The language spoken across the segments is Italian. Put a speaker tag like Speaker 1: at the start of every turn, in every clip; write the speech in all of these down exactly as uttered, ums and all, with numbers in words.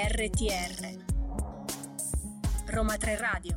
Speaker 1: R T R Roma tre Radio.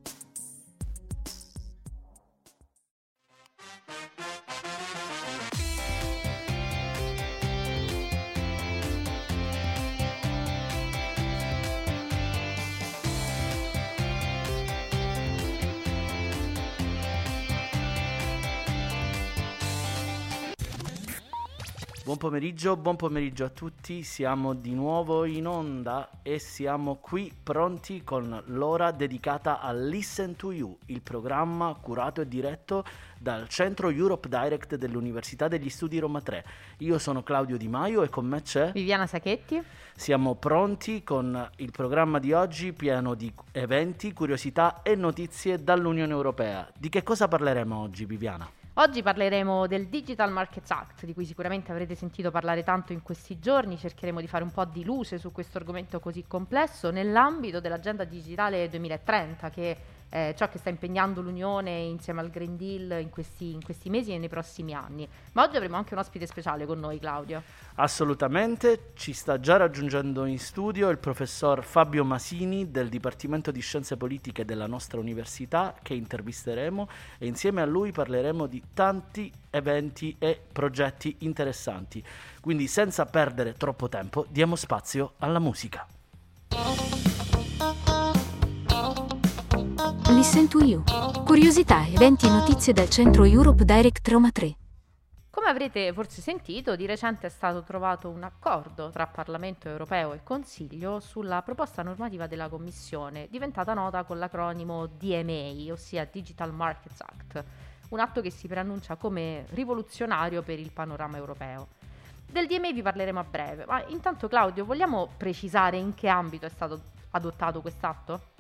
Speaker 2: Buon pomeriggio, buon pomeriggio a tutti, siamo di nuovo in onda e siamo qui pronti con l'ora dedicata a Listen to You, il programma curato e diretto dal Centro Europe Direct dell'Università degli Studi Roma tre. Io sono Claudio Di Maio e con me c'è
Speaker 3: Viviana Sacchetti.
Speaker 2: Siamo pronti con il programma di oggi pieno di eventi, curiosità e notizie dall'Unione Europea. Di che cosa parleremo oggi, Viviana?
Speaker 3: Oggi parleremo del Digital Markets Act, di cui sicuramente avrete sentito parlare tanto in questi giorni. Cercheremo di fare un po' di luce su questo argomento così complesso nell'ambito dell'Agenda Digitale duemilatrenta, che è ciò che sta impegnando l'Unione insieme al Green Deal in questi, in questi mesi e nei prossimi anni. Ma oggi avremo anche un ospite speciale con noi, Claudio.
Speaker 2: Assolutamente, ci sta già raggiungendo in studio il professor Fabio Masini del Dipartimento di Scienze Politiche della nostra università, che intervisteremo, e insieme a lui parleremo di tanti eventi e progetti interessanti. Quindi senza perdere troppo tempo diamo spazio alla musica.
Speaker 4: Listen to You. Curiosità, eventi e notizie dal Centro Europe Direct Roma tre.
Speaker 3: Come avrete forse sentito, di recente è stato trovato un accordo tra Parlamento europeo e Consiglio sulla proposta normativa della Commissione, diventata nota con l'acronimo D M A, ossia Digital Markets Act, un atto che si preannuncia come rivoluzionario per il panorama europeo. Del D M A vi parleremo a breve, ma intanto, Claudio, vogliamo precisare in che ambito è stato adottato quest'atto?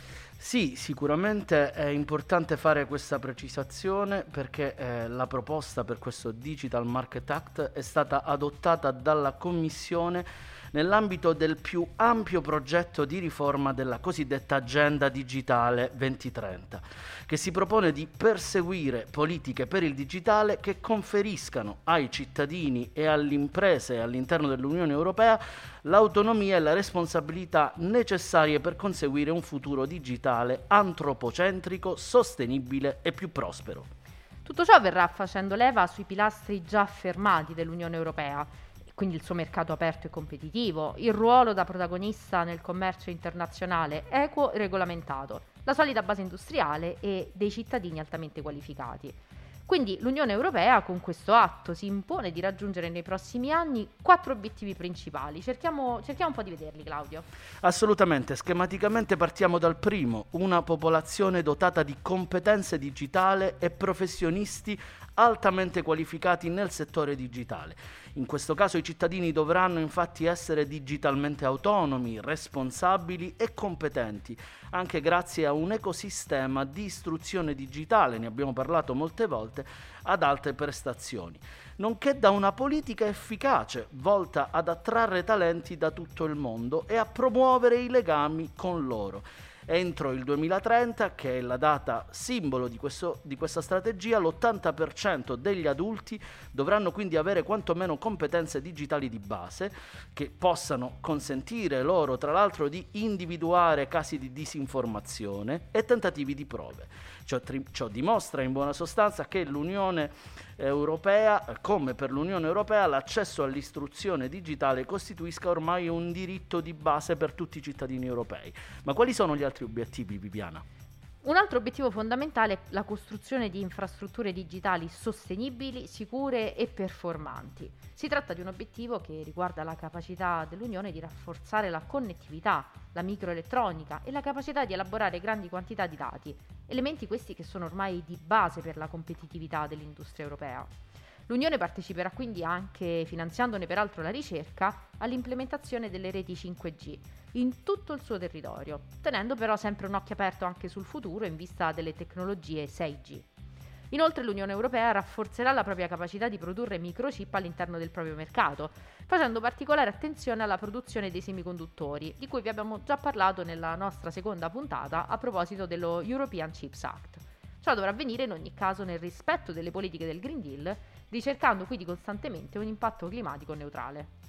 Speaker 2: Sì, sicuramente è importante fare questa precisazione perché eh, la proposta per questo Digital Market Act è stata adottata dalla Commissione nell'ambito del più ampio progetto di riforma della cosiddetta Agenda Digitale duemilatrenta, che si propone di perseguire politiche per il digitale che conferiscano ai cittadini e alle imprese all'interno dell'Unione Europea l'autonomia e la responsabilità necessarie per conseguire un futuro digitale antropocentrico, sostenibile e più prospero.
Speaker 3: Tutto ciò avverrà facendo leva sui pilastri già affermati dell'Unione Europea, quindi il suo mercato aperto e competitivo, il ruolo da protagonista nel commercio internazionale equo e regolamentato, la solida base industriale e dei cittadini altamente qualificati. Quindi l'Unione Europea con questo atto si impone di raggiungere nei prossimi anni quattro obiettivi principali. Cerchiamo, cerchiamo un po' di vederli, Claudio.
Speaker 2: Assolutamente, schematicamente partiamo dal primo: una popolazione dotata di competenze digitali e professionisti altamente qualificati nel settore digitale. In questo caso i cittadini dovranno infatti essere digitalmente autonomi, responsabili e competenti, anche grazie a un ecosistema di istruzione digitale, ne abbiamo parlato molte volte, ad alte prestazioni, nonché da una politica efficace volta ad attrarre talenti da tutto il mondo e a promuovere i legami con loro. Entro il duemilatrenta, che è la data simbolo di, questo, di questa strategia, l'ottanta per cento degli adulti dovranno quindi avere quantomeno competenze digitali di base che possano consentire loro, tra l'altro, di individuare casi di disinformazione e tentativi di prove. Ciò, tri- ciò dimostra in buona sostanza che l'Unione Europea, come per l'Unione Europea, l'accesso all'istruzione digitale costituisca ormai un diritto di base per tutti i cittadini europei. Ma quali sono gli altri obiettivi, Viviana?
Speaker 3: Un altro obiettivo fondamentale è la costruzione di infrastrutture digitali sostenibili, sicure e performanti. Si tratta di un obiettivo che riguarda la capacità dell'Unione di rafforzare la connettività, la microelettronica e la capacità di elaborare grandi quantità di dati, elementi questi che sono ormai di base per la competitività dell'industria europea. L'Unione parteciperà quindi anche, finanziandone peraltro la ricerca, all'implementazione delle reti cinque G in tutto il suo territorio, tenendo però sempre un occhio aperto anche sul futuro in vista delle tecnologie sei G. Inoltre l'Unione Europea rafforzerà la propria capacità di produrre microchip all'interno del proprio mercato, facendo particolare attenzione alla produzione dei semiconduttori, di cui vi abbiamo già parlato nella nostra seconda puntata a proposito dello European Chips Act. Ciò dovrà avvenire in ogni caso nel rispetto delle politiche del Green Deal, ricercando quindi costantemente un impatto climatico neutrale.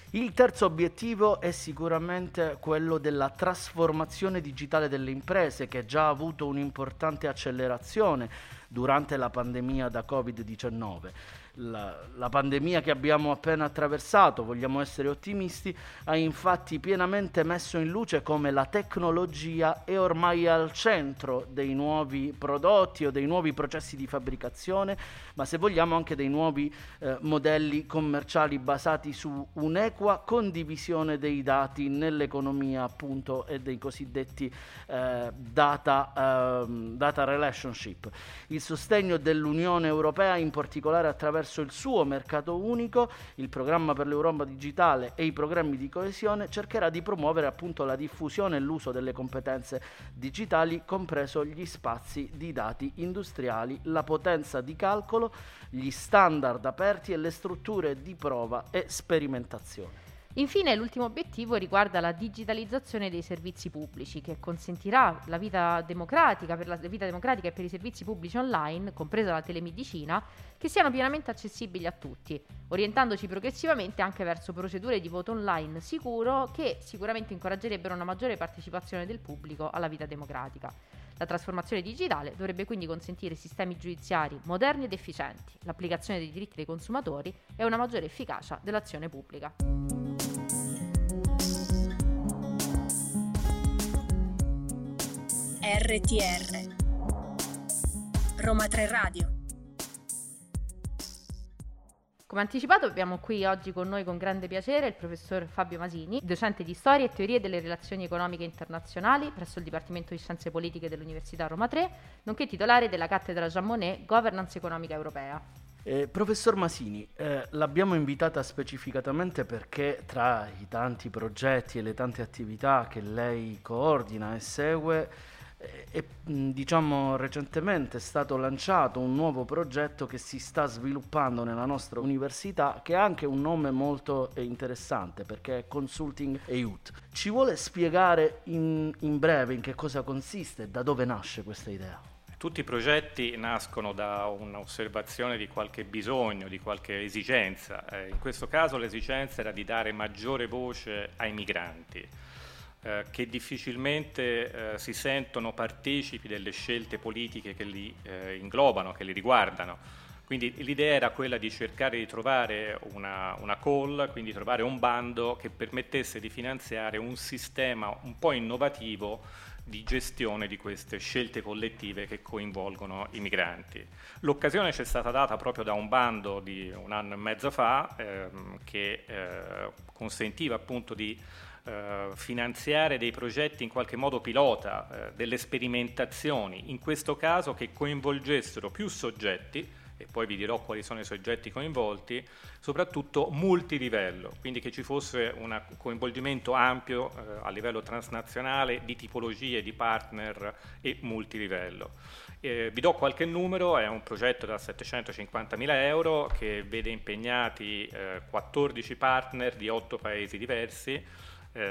Speaker 2: Il terzo obiettivo è sicuramente quello della trasformazione digitale delle imprese, che già ha avuto un'importante accelerazione durante la pandemia da covid diciannove. La, la pandemia che abbiamo appena attraversato, vogliamo essere ottimisti, ha infatti pienamente messo in luce come la tecnologia è ormai al centro dei nuovi prodotti o dei nuovi processi di fabbricazione, ma se vogliamo anche dei nuovi eh, modelli commerciali basati su un'equa condivisione dei dati nell'economia, appunto, e dei cosiddetti eh, data, eh, data relationship. Il sostegno dell'Unione Europea, in particolare attraverso il suo mercato unico, il programma per l'Europa digitale e i programmi di coesione, cercherà di promuovere appunto la diffusione e l'uso delle competenze digitali, compreso gli spazi di dati industriali, la potenza di calcolo, gli standard aperti e le strutture di prova e sperimentazione.
Speaker 3: Infine, l'ultimo obiettivo riguarda la digitalizzazione dei servizi pubblici, che consentirà la vita democratica per la vita democratica e per i servizi pubblici online, compresa la telemedicina, che siano pienamente accessibili a tutti, orientandoci progressivamente anche verso procedure di voto online sicuro che sicuramente incoraggerebbero una maggiore partecipazione del pubblico alla vita democratica. La trasformazione digitale dovrebbe quindi consentire sistemi giudiziari moderni ed efficienti, l'applicazione dei diritti dei consumatori e una maggiore efficacia dell'azione pubblica.
Speaker 1: R T R Roma tre Radio.
Speaker 3: Come anticipato, abbiamo qui oggi con noi con grande piacere il professor Fabio Masini, docente di Storia e Teorie delle Relazioni Economiche Internazionali presso il Dipartimento di Scienze Politiche dell'Università Roma tre, nonché titolare della cattedra Jean Monnet Governance Economica Europea.
Speaker 2: Eh, professor Masini, eh, l'abbiamo invitata specificatamente perché tra i tanti progetti e le tante attività che lei coordina e segue, e diciamo recentemente è stato lanciato un nuovo progetto che si sta sviluppando nella nostra università, che ha anche un nome molto interessante perché è Consulting E U T. Ci vuole spiegare in, in breve in che cosa consiste e da dove nasce questa idea?
Speaker 5: Tutti i progetti nascono da un'osservazione di qualche bisogno, di qualche esigenza. Eh, in questo caso l'esigenza era di dare maggiore voce ai migranti, Eh, che difficilmente eh, si sentono partecipi delle scelte politiche che li eh, inglobano, che li riguardano. Quindi l'idea era quella di cercare di trovare una, una call, quindi trovare un bando che permettesse di finanziare un sistema un po' innovativo di gestione di queste scelte collettive che coinvolgono i migranti. L'occasione ci è stata data proprio da un bando di un anno e mezzo fa ehm, che eh, consentiva appunto di Uh, finanziare dei progetti in qualche modo pilota, uh, delle sperimentazioni, in questo caso che coinvolgessero più soggetti, e poi vi dirò quali sono i soggetti coinvolti, soprattutto multilivello, quindi che ci fosse un coinvolgimento ampio uh, a livello transnazionale di tipologie di partner e multilivello. Eh, vi do qualche numero, è un progetto da settecentocinquantamila euro che vede impegnati eh, quattordici partner di otto paesi diversi,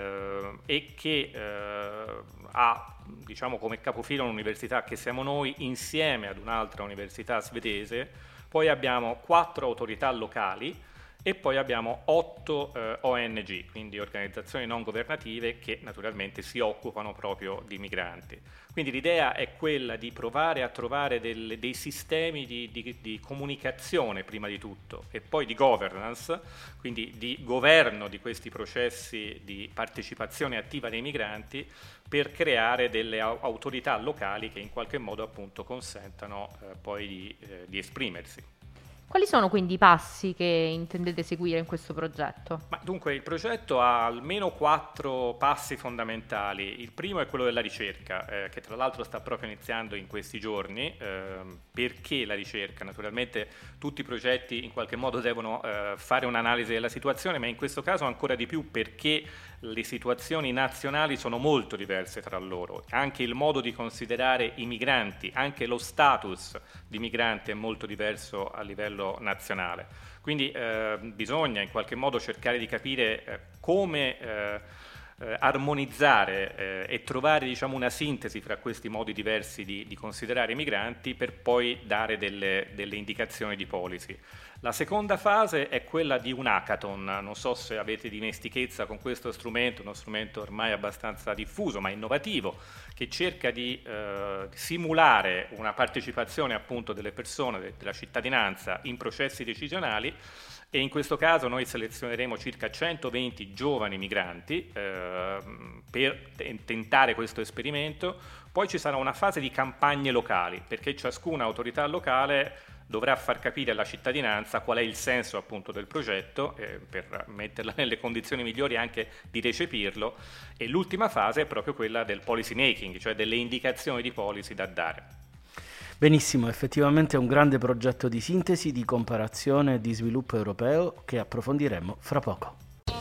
Speaker 5: Eh, e che eh, ha, diciamo, come capofilo un'università che siamo noi insieme ad un'altra università svedese, poi abbiamo quattro autorità locali e poi abbiamo otto eh, O N G, quindi organizzazioni non governative che naturalmente si occupano proprio di migranti. Quindi l'idea è quella di provare a trovare del, dei sistemi di, di, di comunicazione prima di tutto e poi di governance, quindi di governo di questi processi di partecipazione attiva dei migranti, per creare delle autorità locali che in qualche modo appunto consentano eh, poi di, eh, di esprimersi.
Speaker 3: Quali sono quindi i passi che intendete seguire in questo progetto?
Speaker 5: Ma dunque il progetto ha almeno quattro passi fondamentali. Il primo è quello della ricerca, eh, che tra l'altro sta proprio iniziando in questi giorni. Eh, perché la ricerca? Naturalmente tutti i progetti in qualche modo devono eh, fare un'analisi della situazione, ma in questo caso ancora di più perché le situazioni nazionali sono molto diverse tra loro. Anche il modo di considerare i migranti, anche lo status di migranti è molto diverso a livello nazionale. Quindi eh, bisogna in qualche modo cercare di capire eh, come eh, eh, armonizzare eh, e trovare, diciamo, una sintesi fra questi modi diversi di, di considerare i migranti per poi dare delle, delle indicazioni di policy. La seconda fase è quella di un hackathon, non so se avete dimestichezza con questo strumento, uno strumento ormai abbastanza diffuso ma innovativo, che cerca di eh, simulare una partecipazione appunto delle persone, de- della cittadinanza in processi decisionali, e in questo caso noi selezioneremo circa centoventi giovani migranti eh, per te- tentare questo esperimento. Poi ci sarà una fase di campagne locali, perché ciascuna autorità locale dovrà far capire alla cittadinanza qual è il senso appunto del progetto eh, per metterla nelle condizioni migliori anche di recepirlo, e l'ultima fase è proprio quella del policy making, cioè delle indicazioni di policy da dare.
Speaker 2: Benissimo, effettivamente è un grande progetto di sintesi, di comparazione e di sviluppo europeo che approfondiremo fra poco.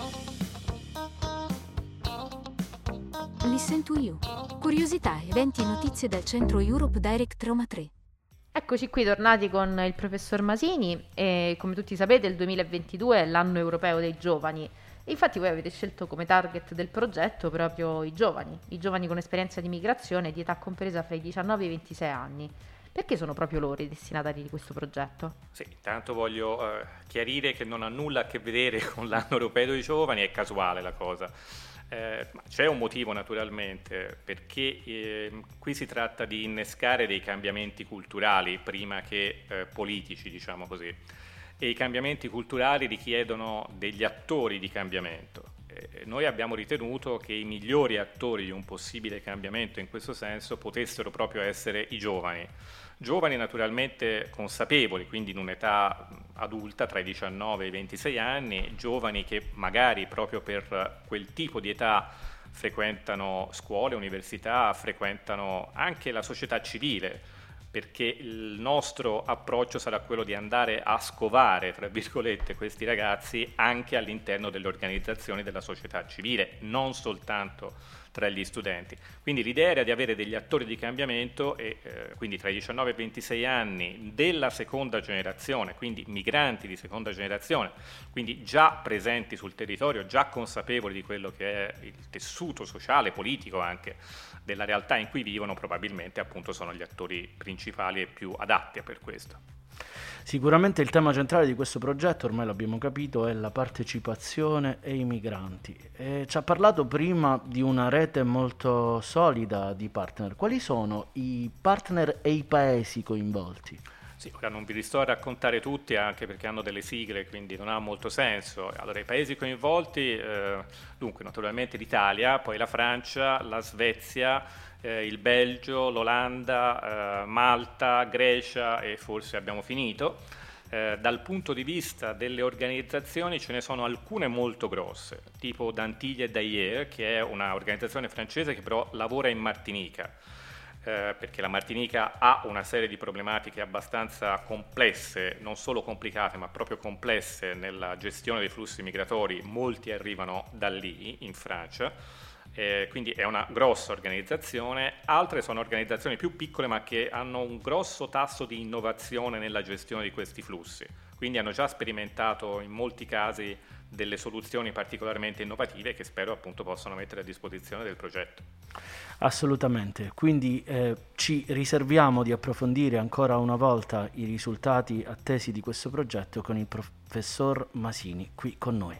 Speaker 4: Listen to You. Curiosità, eventi e notizie dal centro Europe Direct Roma tre.
Speaker 3: Eccoci qui tornati con il professor Masini e come tutti sapete il duemilaventidue è l'anno europeo dei giovani e infatti voi avete scelto come target del progetto proprio i giovani, i giovani con esperienza di migrazione di età compresa fra i diciannove e i ventisei anni. Perché sono proprio loro i destinatari di questo progetto?
Speaker 5: Sì, intanto voglio eh, chiarire che non ha nulla a che vedere con l'anno europeo dei giovani, è casuale la cosa. Eh, ma c'è un motivo naturalmente, perché eh, qui si tratta di innescare dei cambiamenti culturali prima che eh, politici, diciamo così, e i cambiamenti culturali richiedono degli attori di cambiamento. Eh, noi abbiamo ritenuto che i migliori attori di un possibile cambiamento in questo senso potessero proprio essere i giovani. Giovani naturalmente consapevoli, quindi in un'età adulta tra i diciannove e i ventisei anni, giovani che magari proprio per quel tipo di età frequentano scuole, università, frequentano anche la società civile, perché il nostro approccio sarà quello di andare a scovare, tra virgolette, questi ragazzi anche all'interno delle organizzazioni della società civile, non soltanto tra gli studenti. Quindi l'idea era di avere degli attori di cambiamento e eh, quindi tra i diciannove e i ventisei anni della seconda generazione, quindi migranti di seconda generazione, quindi già presenti sul territorio, già consapevoli di quello che è il tessuto sociale, politico anche della realtà in cui vivono, probabilmente appunto sono gli attori principali e più adatti per questo.
Speaker 2: Sicuramente il tema centrale di questo progetto, ormai l'abbiamo capito, è la partecipazione e i migranti. E ci ha parlato prima di una rete molto solida di partner. Quali sono i partner e i paesi coinvolti?
Speaker 5: Sì, ora non vi li sto a raccontare tutti anche perché hanno delle sigle, quindi non ha molto senso. Allora, i paesi coinvolti, eh, dunque naturalmente l'Italia, poi la Francia, la Svezia, eh, il Belgio, l'Olanda, eh, Malta, Grecia e forse abbiamo finito. Eh, dal punto di vista delle organizzazioni ce ne sono alcune molto grosse, tipo D'Antilles et d'Ailleurs, che è un'organizzazione francese che però lavora in Martinica. Eh, perché la Martinica ha una serie di problematiche abbastanza complesse, non solo complicate ma proprio complesse nella gestione dei flussi migratori, molti arrivano da lì in Francia, eh, quindi è una grossa organizzazione. Altre sono organizzazioni più piccole ma che hanno un grosso tasso di innovazione nella gestione di questi flussi, quindi hanno già sperimentato in molti casi delle soluzioni particolarmente innovative che spero appunto possano mettere a disposizione del progetto.
Speaker 2: Assolutamente, quindi eh, ci riserviamo di approfondire ancora una volta i risultati attesi di questo progetto con il professor Masini qui con noi.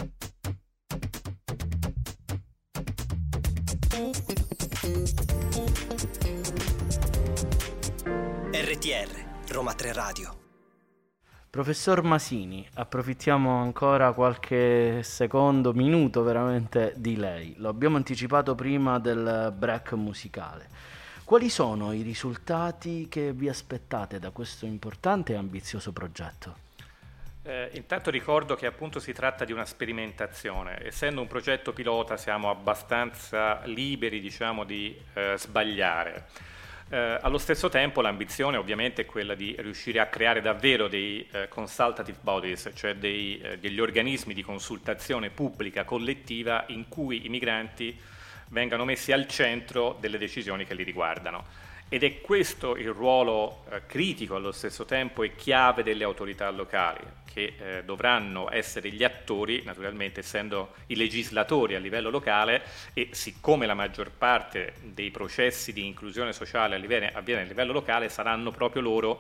Speaker 1: R T R, Roma tre Radio.
Speaker 2: Professor Masini, approfittiamo ancora qualche secondo, minuto veramente di lei. Lo abbiamo anticipato prima del break musicale. Quali sono i risultati che vi aspettate da questo importante e ambizioso progetto?
Speaker 5: Eh, intanto ricordo che appunto si tratta di una sperimentazione. Essendo un progetto pilota siamo abbastanza liberi, diciamo, di eh, sbagliare. Eh, allo stesso tempo l'ambizione ovviamente è quella di riuscire a creare davvero dei eh, consultative bodies, cioè dei, eh, degli organismi di consultazione pubblica collettiva in cui i migranti vengano messi al centro delle decisioni che li riguardano. Ed è questo il ruolo eh, critico allo stesso tempo e chiave delle autorità locali, che eh, dovranno essere gli attori, naturalmente essendo i legislatori a livello locale, e siccome la maggior parte dei processi di inclusione sociale avviene a livello locale, saranno proprio loro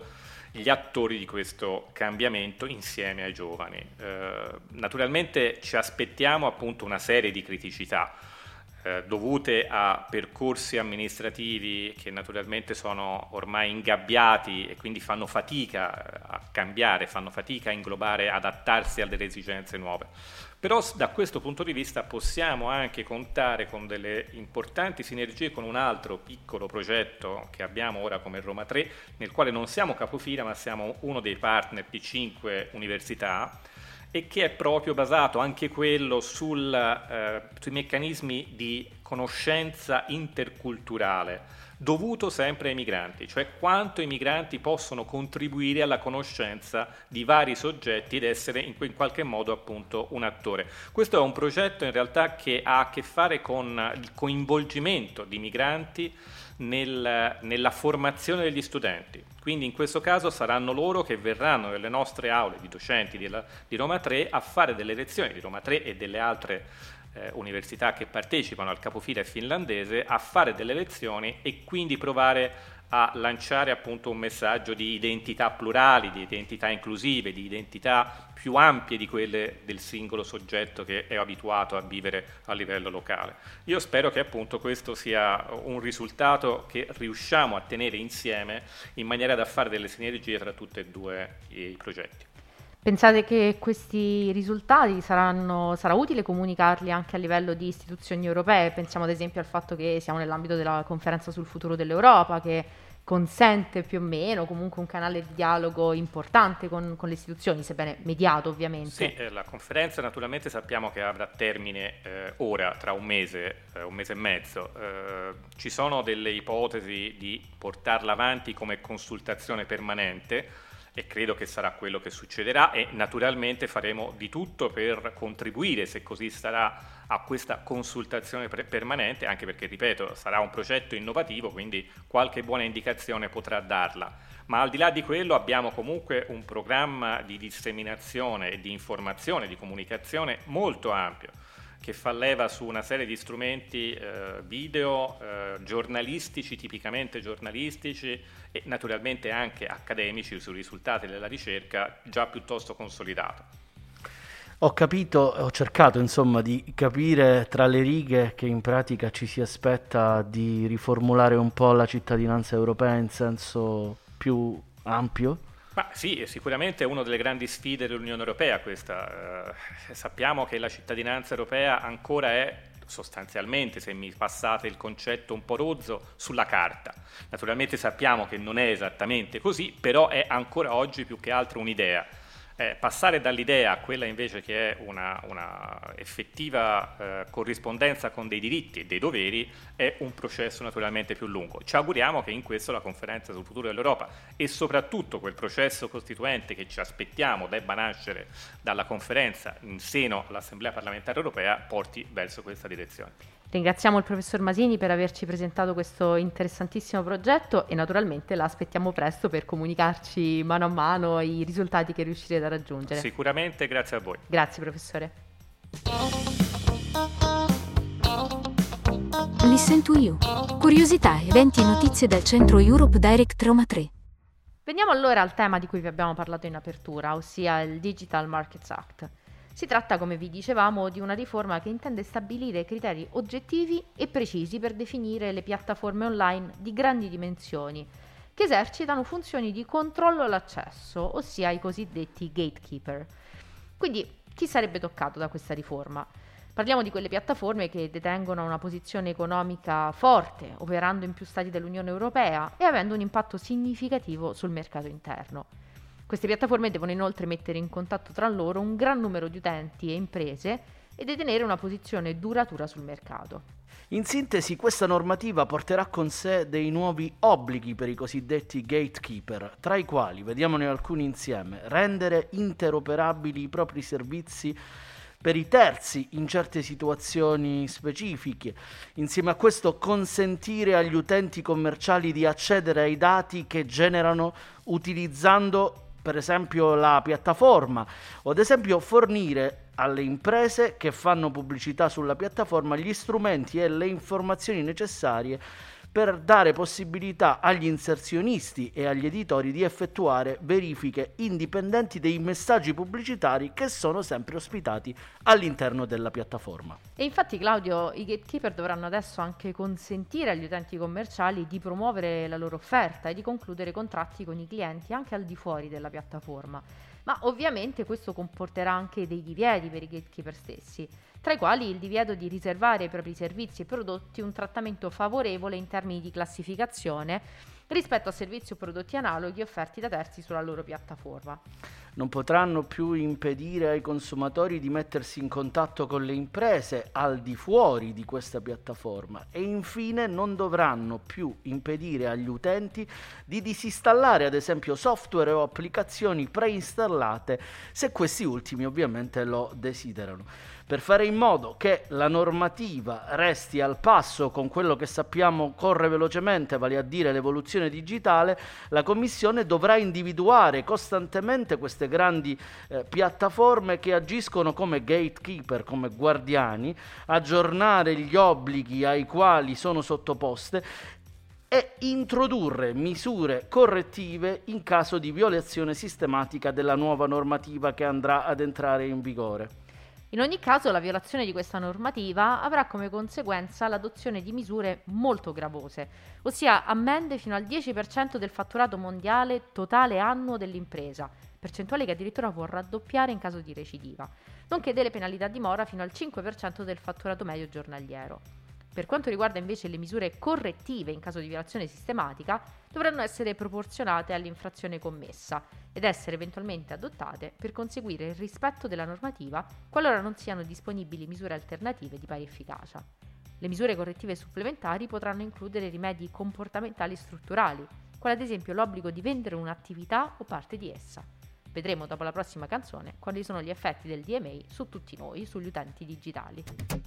Speaker 5: gli attori di questo cambiamento insieme ai giovani. Eh, naturalmente ci aspettiamo appunto una serie di criticità eh, dovute a percorsi amministrativi che naturalmente sono ormai ingabbiati e quindi fanno fatica a cambiare, fanno fatica a inglobare, adattarsi alle esigenze nuove. Però da questo punto di vista possiamo anche contare con delle importanti sinergie con un altro piccolo progetto che abbiamo ora come Roma tre, nel quale non siamo capofila ma siamo uno dei partner di cinque università e che è proprio basato anche quello sul, eh, sui meccanismi di conoscenza interculturale dovuto sempre ai migranti, cioè quanto i migranti possono contribuire alla conoscenza di vari soggetti ed essere in, in qualche modo appunto un attore. Questo è un progetto in realtà che ha a che fare con il coinvolgimento di migranti nel, nella formazione degli studenti. Quindi in questo caso saranno loro che verranno nelle nostre aule di docenti di, di Roma tre a fare delle lezioni di Roma tre e delle altre eh, università che partecipano al capofila finlandese a fare delle lezioni e quindi provare a lanciare appunto un messaggio di identità plurali, di identità inclusive, di identità più ampie di quelle del singolo soggetto che è abituato a vivere a livello locale. Io spero che appunto questo sia un risultato che riusciamo a tenere insieme in maniera da fare delle sinergie tra tutti e due i progetti.
Speaker 3: Pensate che questi risultati saranno, sarà utile comunicarli anche a livello di istituzioni europee? Pensiamo ad esempio al fatto che siamo nell'ambito della conferenza sul futuro dell'Europa, che consente più o meno comunque un canale di dialogo importante con, con le istituzioni, sebbene mediato ovviamente.
Speaker 5: Sì, eh, la conferenza naturalmente sappiamo che avrà termine eh, ora, tra un mese, eh, un mese e mezzo. Eh, ci sono delle ipotesi di portarla avanti come consultazione permanente, e credo che sarà quello che succederà e naturalmente faremo di tutto per contribuire, se così sarà, a questa consultazione pre- permanente, anche perché, ripeto, sarà un progetto innovativo, quindi qualche buona indicazione potrà darla. Ma al di là di quello abbiamo comunque un programma di disseminazione e di informazione, di comunicazione molto ampio, che fa leva su una serie di strumenti eh, video, eh, giornalistici, tipicamente giornalistici e naturalmente anche accademici sui risultati della ricerca già piuttosto consolidato.
Speaker 2: Ho capito, ho cercato insomma di capire tra le righe che in pratica ci si aspetta di riformulare un po' la cittadinanza europea in senso più ampio.
Speaker 5: Ma sì, sicuramente è una delle grandi sfide dell'Unione Europea questa. Eh, sappiamo che la cittadinanza europea ancora è sostanzialmente, se mi passate il concetto un po' rozzo, sulla carta. Naturalmente sappiamo che non è esattamente così, però è ancora oggi più che altro un'idea. Eh, passare dall'idea a quella invece che è una, una effettiva eh, corrispondenza con dei diritti e dei doveri è un processo naturalmente più lungo. Ci auguriamo che in questo la conferenza sul futuro dell'Europa e soprattutto quel processo costituente che ci aspettiamo debba nascere dalla conferenza in seno all'Assemblea parlamentare europea porti verso questa direzione.
Speaker 3: Ringraziamo il professor Masini per averci presentato questo interessantissimo progetto e naturalmente la aspettiamo presto per comunicarci mano a mano i risultati che riuscirete a raggiungere.
Speaker 5: Sicuramente, grazie a voi.
Speaker 3: Grazie professore.
Speaker 4: Listen to You. Curiosità, eventi e notizie dal centro Europe Direct Roma tre.
Speaker 3: Veniamo allora al tema di cui vi abbiamo parlato in apertura, ossia il Digital Markets Act. Si tratta, come vi dicevamo, di una riforma che intende stabilire criteri oggettivi e precisi per definire le piattaforme online di grandi dimensioni che esercitano funzioni di controllo all'accesso, ossia i cosiddetti gatekeeper. Quindi, chi sarebbe toccato da questa riforma? Parliamo di quelle piattaforme che detengono una posizione economica forte, operando in più stati dell'Unione Europea e avendo un impatto significativo sul mercato interno. Queste piattaforme devono inoltre mettere in contatto tra loro un gran numero di utenti e imprese e detenere una posizione duratura sul mercato.
Speaker 2: In sintesi, questa normativa porterà con sé dei nuovi obblighi per i cosiddetti gatekeeper, tra i quali, vediamone alcuni insieme, rendere interoperabili i propri servizi per i terzi in certe situazioni specifiche. Insieme a questo consentire agli utenti commerciali di accedere ai dati che generano utilizzando per esempio la piattaforma, o ad esempio fornire alle imprese che fanno pubblicità sulla piattaforma gli strumenti e le informazioni necessarie per dare possibilità agli inserzionisti e agli editori di effettuare verifiche indipendenti dei messaggi pubblicitari che sono sempre ospitati all'interno della piattaforma.
Speaker 3: E infatti, Claudio, i gatekeeper dovranno adesso anche consentire agli utenti commerciali di promuovere la loro offerta e di concludere contratti con i clienti anche al di fuori della piattaforma. Ma ovviamente questo comporterà anche dei divieti per i gatekeeper stessi, tra i quali il divieto di riservare ai propri servizi e prodotti un trattamento favorevole in termini di classificazione rispetto a servizi o prodotti analoghi offerti da terzi sulla loro piattaforma.
Speaker 2: Non potranno più impedire ai consumatori di mettersi in contatto con le imprese al di fuori di questa piattaforma e infine non dovranno più impedire agli utenti di disinstallare ad esempio software o applicazioni preinstallate se questi ultimi ovviamente lo desiderano. Per fare in modo che la normativa resti al passo con quello che sappiamo corre velocemente, vale a dire l'evoluzione digitale, la Commissione dovrà individuare costantemente queste grandi eh, piattaforme che agiscono come gatekeeper, come guardiani, aggiornare gli obblighi ai quali sono sottoposte e introdurre misure correttive in caso di violazione sistematica della nuova normativa che andrà ad entrare in vigore.
Speaker 3: In ogni caso, la violazione di questa normativa avrà come conseguenza l'adozione di misure molto gravose, ossia ammende fino al dieci per cento del fatturato mondiale totale annuo dell'impresa, percentuale che addirittura può raddoppiare in caso di recidiva, nonché delle penalità di mora fino al cinque per cento del fatturato medio giornaliero. Per quanto riguarda invece le misure correttive in caso di violazione sistematica, dovranno essere proporzionate all'infrazione commessa ed essere eventualmente adottate per conseguire il rispetto della normativa qualora non siano disponibili misure alternative di pari efficacia. Le misure correttive supplementari potranno includere rimedi comportamentali strutturali, quale ad esempio l'obbligo di vendere un'attività o parte di essa. Vedremo dopo la prossima canzone quali sono gli effetti del D M A su tutti noi, sugli utenti digitali.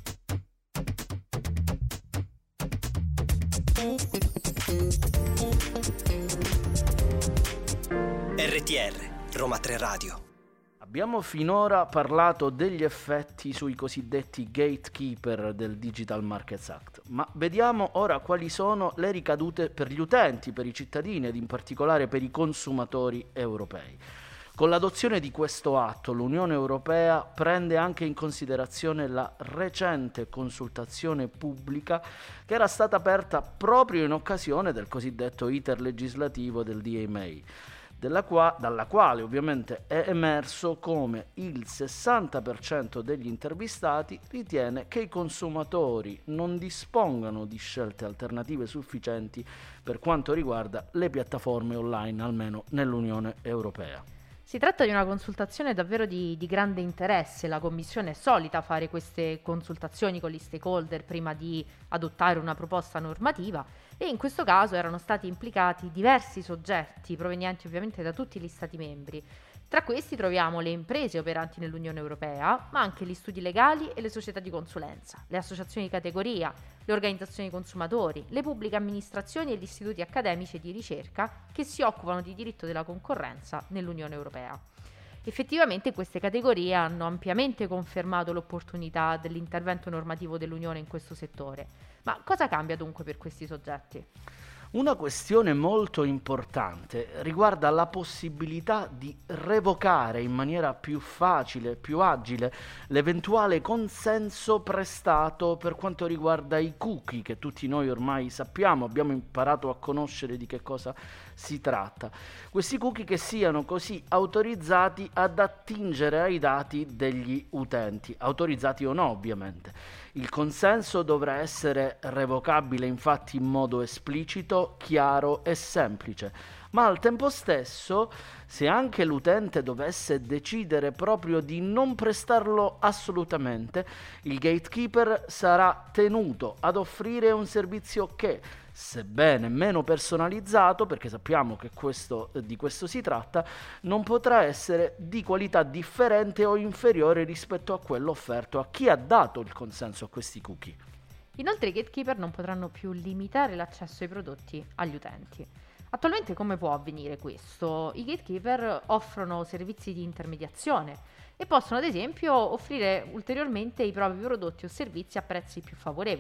Speaker 1: R T R, Roma tre Radio.
Speaker 2: Abbiamo finora parlato degli effetti sui cosiddetti gatekeeper del Digital Markets Act, ma vediamo ora quali sono le ricadute per gli utenti, per i cittadini ed in particolare per i consumatori europei. Con l'adozione di questo atto, l'Unione Europea prende anche in considerazione la recente consultazione pubblica che era stata aperta proprio in occasione del cosiddetto iter legislativo del D M A, della qua- dalla quale ovviamente è emerso come il sessanta per cento degli intervistati ritiene che i consumatori non dispongano di scelte alternative sufficienti per quanto riguarda le piattaforme online, almeno nell'Unione Europea.
Speaker 3: Si tratta di una consultazione davvero di, di grande interesse. La Commissione è solita fare queste consultazioni con gli stakeholder prima di adottare una proposta normativa e in questo caso erano stati implicati diversi soggetti provenienti ovviamente da tutti gli Stati membri. Tra questi troviamo le imprese operanti nell'Unione Europea, ma anche gli studi legali e le società di consulenza, le associazioni di categoria, le organizzazioni di consumatori, le pubbliche amministrazioni e gli istituti accademici e di ricerca che si occupano di diritto della concorrenza nell'Unione Europea. Effettivamente queste categorie hanno ampiamente confermato l'opportunità dell'intervento normativo dell'Unione in questo settore. Ma cosa cambia dunque per questi soggetti?
Speaker 2: Una questione molto importante riguarda la possibilità di revocare in maniera più facile, più agile, l'eventuale consenso prestato per quanto riguarda i cookie, che tutti noi ormai sappiamo, abbiamo imparato a conoscere di che cosa si tratta. Questi cookie che siano così autorizzati ad attingere ai dati degli utenti, autorizzati o no ovviamente. Il consenso dovrà essere revocabile infatti in modo esplicito, chiaro e semplice, ma al tempo stesso, se anche l'utente dovesse decidere proprio di non prestarlo assolutamente, il gatekeeper sarà tenuto ad offrire un servizio che, sebbene meno personalizzato, perché sappiamo che questo, di questo si tratta, non potrà essere di qualità differente o inferiore rispetto a quello offerto a chi ha dato il consenso a questi cookie.
Speaker 3: Inoltre i gatekeeper non potranno più limitare l'accesso ai prodotti agli utenti. Attualmente come può avvenire questo? I gatekeeper offrono servizi di intermediazione e possono ad esempio offrire ulteriormente i propri prodotti o servizi a prezzi più favorevoli,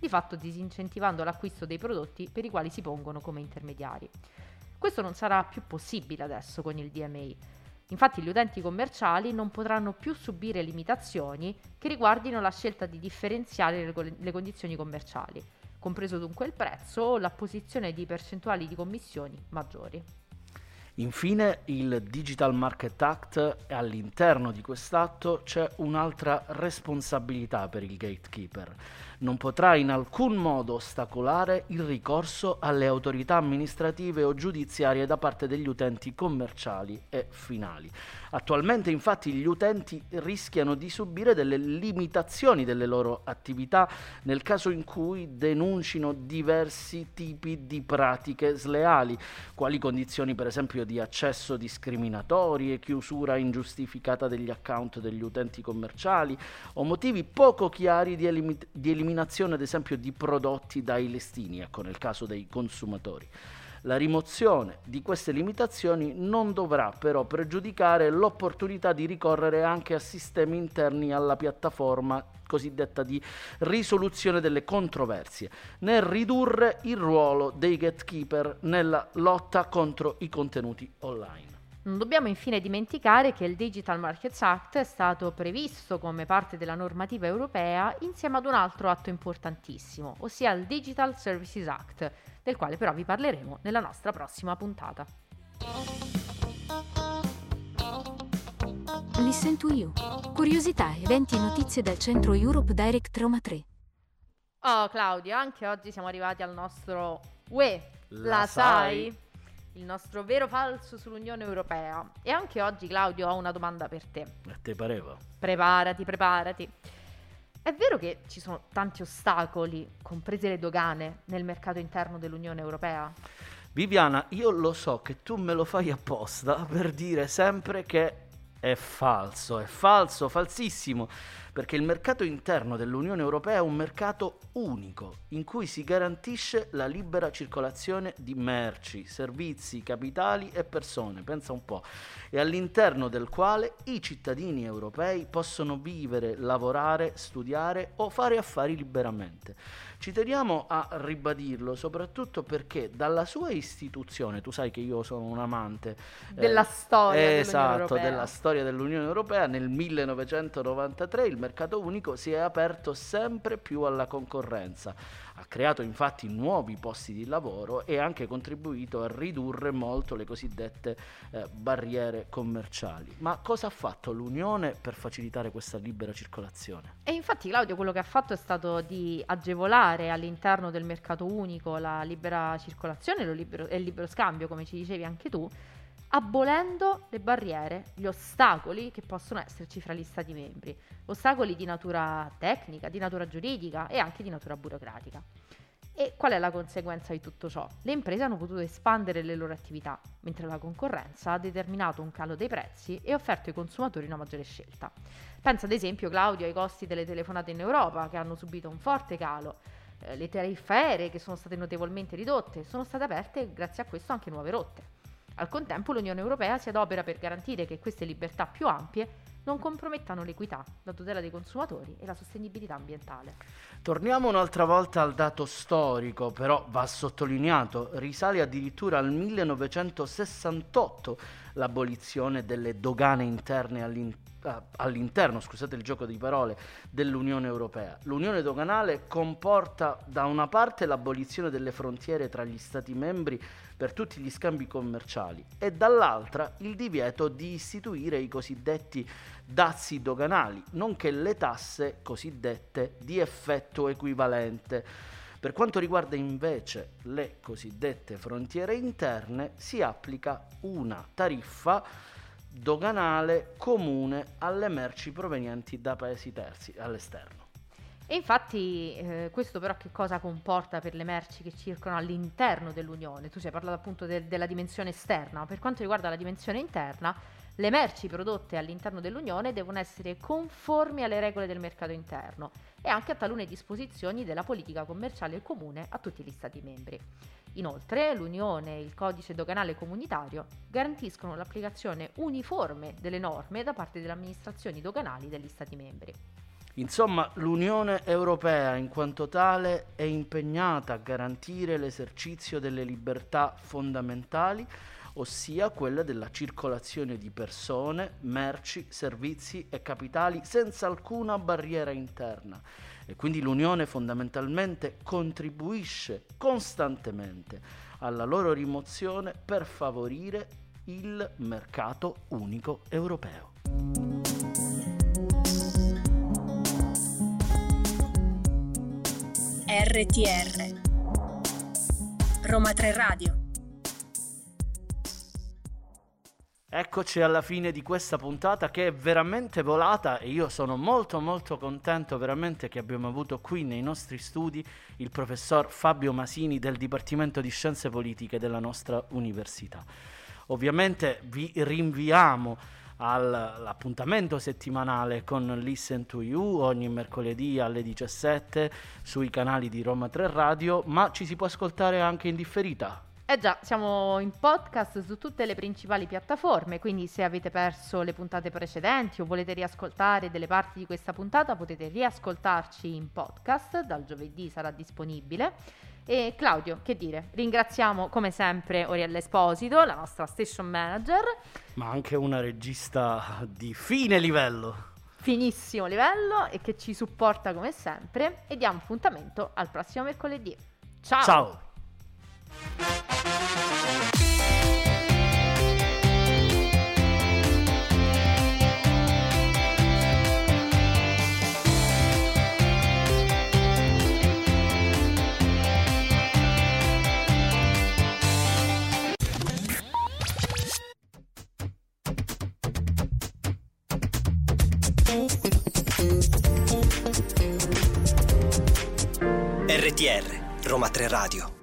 Speaker 3: di fatto disincentivando l'acquisto dei prodotti per i quali si pongono come intermediari. Questo non sarà più possibile adesso con il D M A. Infatti gli utenti commerciali non potranno più subire limitazioni che riguardino la scelta di differenziare le, co- le condizioni commerciali, compreso dunque il prezzo o l'apposizione di percentuali di commissioni maggiori.
Speaker 2: Infine, il Digital Market Act, e all'interno di quest'atto c'è un'altra responsabilità per il gatekeeper. Non potrà in alcun modo ostacolare il ricorso alle autorità amministrative o giudiziarie da parte degli utenti commerciali e finali. Attualmente, infatti, gli utenti rischiano di subire delle limitazioni delle loro attività nel caso in cui denuncino diversi tipi di pratiche sleali, quali condizioni per esempio di accesso discriminatorie, chiusura ingiustificata degli account degli utenti commerciali o motivi poco chiari di, elim- di eliminazione ad esempio di prodotti dai listini, ecco, nel caso dei consumatori. La rimozione di queste limitazioni non dovrà però pregiudicare l'opportunità di ricorrere anche a sistemi interni alla piattaforma cosiddetta di risoluzione delle controversie, nel ridurre il ruolo dei gatekeeper nella lotta contro i contenuti online.
Speaker 3: Non dobbiamo infine dimenticare che il Digital Markets Act è stato previsto come parte della normativa europea insieme ad un altro atto importantissimo, ossia il Digital Services Act, del quale però vi parleremo nella nostra prossima puntata.
Speaker 4: Listen to You. Curiosità, eventi e notizie dal centro Europe Direct Roma tre.
Speaker 3: Oh Claudio, anche oggi siamo arrivati al nostro Uè, la,
Speaker 2: La
Speaker 3: sai?
Speaker 2: sai?
Speaker 3: Il nostro vero o falso sull'Unione Europea. E anche oggi, Claudio, ho una domanda per te.
Speaker 2: A te pareva?
Speaker 3: Preparati, preparati. È vero che ci sono tanti ostacoli, comprese le dogane, nel mercato interno dell'Unione Europea?
Speaker 2: Viviana, io lo so che tu me lo fai apposta per dire sempre che è falso, è falso, falsissimo, perché il mercato interno dell'Unione Europea è un mercato unico, in cui si garantisce la libera circolazione di merci, servizi, capitali e persone, pensa un po', e all'interno del quale i cittadini europei possono vivere, lavorare, studiare o fare affari liberamente. Ci teniamo a ribadirlo soprattutto perché dalla sua istituzione, tu sai che io sono un amante
Speaker 3: Della
Speaker 2: eh,
Speaker 3: storia dell'Unione
Speaker 2: esatto,
Speaker 3: Europea.
Speaker 2: della storia dell'Unione Europea, nel millenovecentonovantatré il mercato unico si è aperto sempre più alla concorrenza. Ha creato infatti nuovi posti di lavoro e ha anche contribuito a ridurre molto le cosiddette eh, barriere commerciali. Ma cosa ha fatto l'Unione per facilitare questa libera circolazione?
Speaker 3: E infatti Claudio quello che ha fatto è stato di agevolare all'interno del mercato unico la libera circolazione e lo libero- e il libero scambio, come ci dicevi anche tu, abolendo le barriere, gli ostacoli che possono esserci fra gli Stati membri, ostacoli di natura tecnica, di natura giuridica e anche di natura burocratica. E qual è la conseguenza di tutto ciò? Le imprese hanno potuto espandere le loro attività, mentre la concorrenza ha determinato un calo dei prezzi e offerto ai consumatori una maggiore scelta. Pensa ad esempio, Claudio, ai costi delle telefonate in Europa, che hanno subito un forte calo. Eh, le tariffe aeree, che sono state notevolmente ridotte, sono state aperte grazie a questo anche nuove rotte. Al contempo l'Unione Europea si adopera per garantire che queste libertà più ampie non compromettano l'equità, la tutela dei consumatori e la sostenibilità ambientale.
Speaker 2: Torniamo un'altra volta al dato storico, però va sottolineato, risale addirittura al millenovecentosessantotto l'abolizione delle dogane interne all'interno all'interno, scusate il gioco di parole, dell'Unione Europea. L'Unione doganale comporta da una parte l'abolizione delle frontiere tra gli Stati membri per tutti gli scambi commerciali e dall'altra il divieto di istituire i cosiddetti dazi doganali, nonché le tasse cosiddette di effetto equivalente. Per quanto riguarda invece le cosiddette frontiere interne, si applica una tariffa doganale comune alle merci provenienti da paesi terzi all'esterno.
Speaker 3: E infatti eh, questo però che cosa comporta per le merci che circolano all'interno dell'Unione? Tu ci hai parlato appunto de- della dimensione esterna, per quanto riguarda la dimensione interna, le merci prodotte all'interno dell'Unione devono essere conformi alle regole del mercato interno e anche a talune disposizioni della politica commerciale comune a tutti gli Stati membri. Inoltre, l'Unione e il codice doganale comunitario garantiscono l'applicazione uniforme delle norme da parte delle amministrazioni doganali degli Stati membri.
Speaker 2: Insomma, l'Unione Europea in quanto tale è impegnata a garantire l'esercizio delle libertà fondamentali, ossia quella della circolazione di persone, merci, servizi e capitali senza alcuna barriera interna. E quindi l'Unione fondamentalmente contribuisce costantemente alla loro rimozione per favorire il mercato unico europeo.
Speaker 1: R T R Roma tre Radio.
Speaker 2: Eccoci alla fine di questa puntata che è veramente volata e io sono molto molto contento veramente che abbiamo avuto qui nei nostri studi il professor Fabio Masini del Dipartimento di Scienze Politiche della nostra università. Ovviamente vi rinviamo all'appuntamento settimanale con Listen to You ogni mercoledì alle diciassette sui canali di Roma tre Radio, ma ci si può ascoltare anche in differita.
Speaker 3: Eh già, siamo in podcast su tutte le principali piattaforme, quindi se avete perso le puntate precedenti o volete riascoltare delle parti di questa puntata potete riascoltarci in podcast, dal giovedì sarà disponibile. E Claudio, che dire, ringraziamo come sempre Oriella Esposito, la nostra station manager.
Speaker 2: Ma anche una regista di fine livello.
Speaker 3: Finissimo livello e che ci supporta come sempre e diamo appuntamento al prossimo mercoledì. Ciao!
Speaker 2: Ciao!
Speaker 6: R T R Roma tre Radio.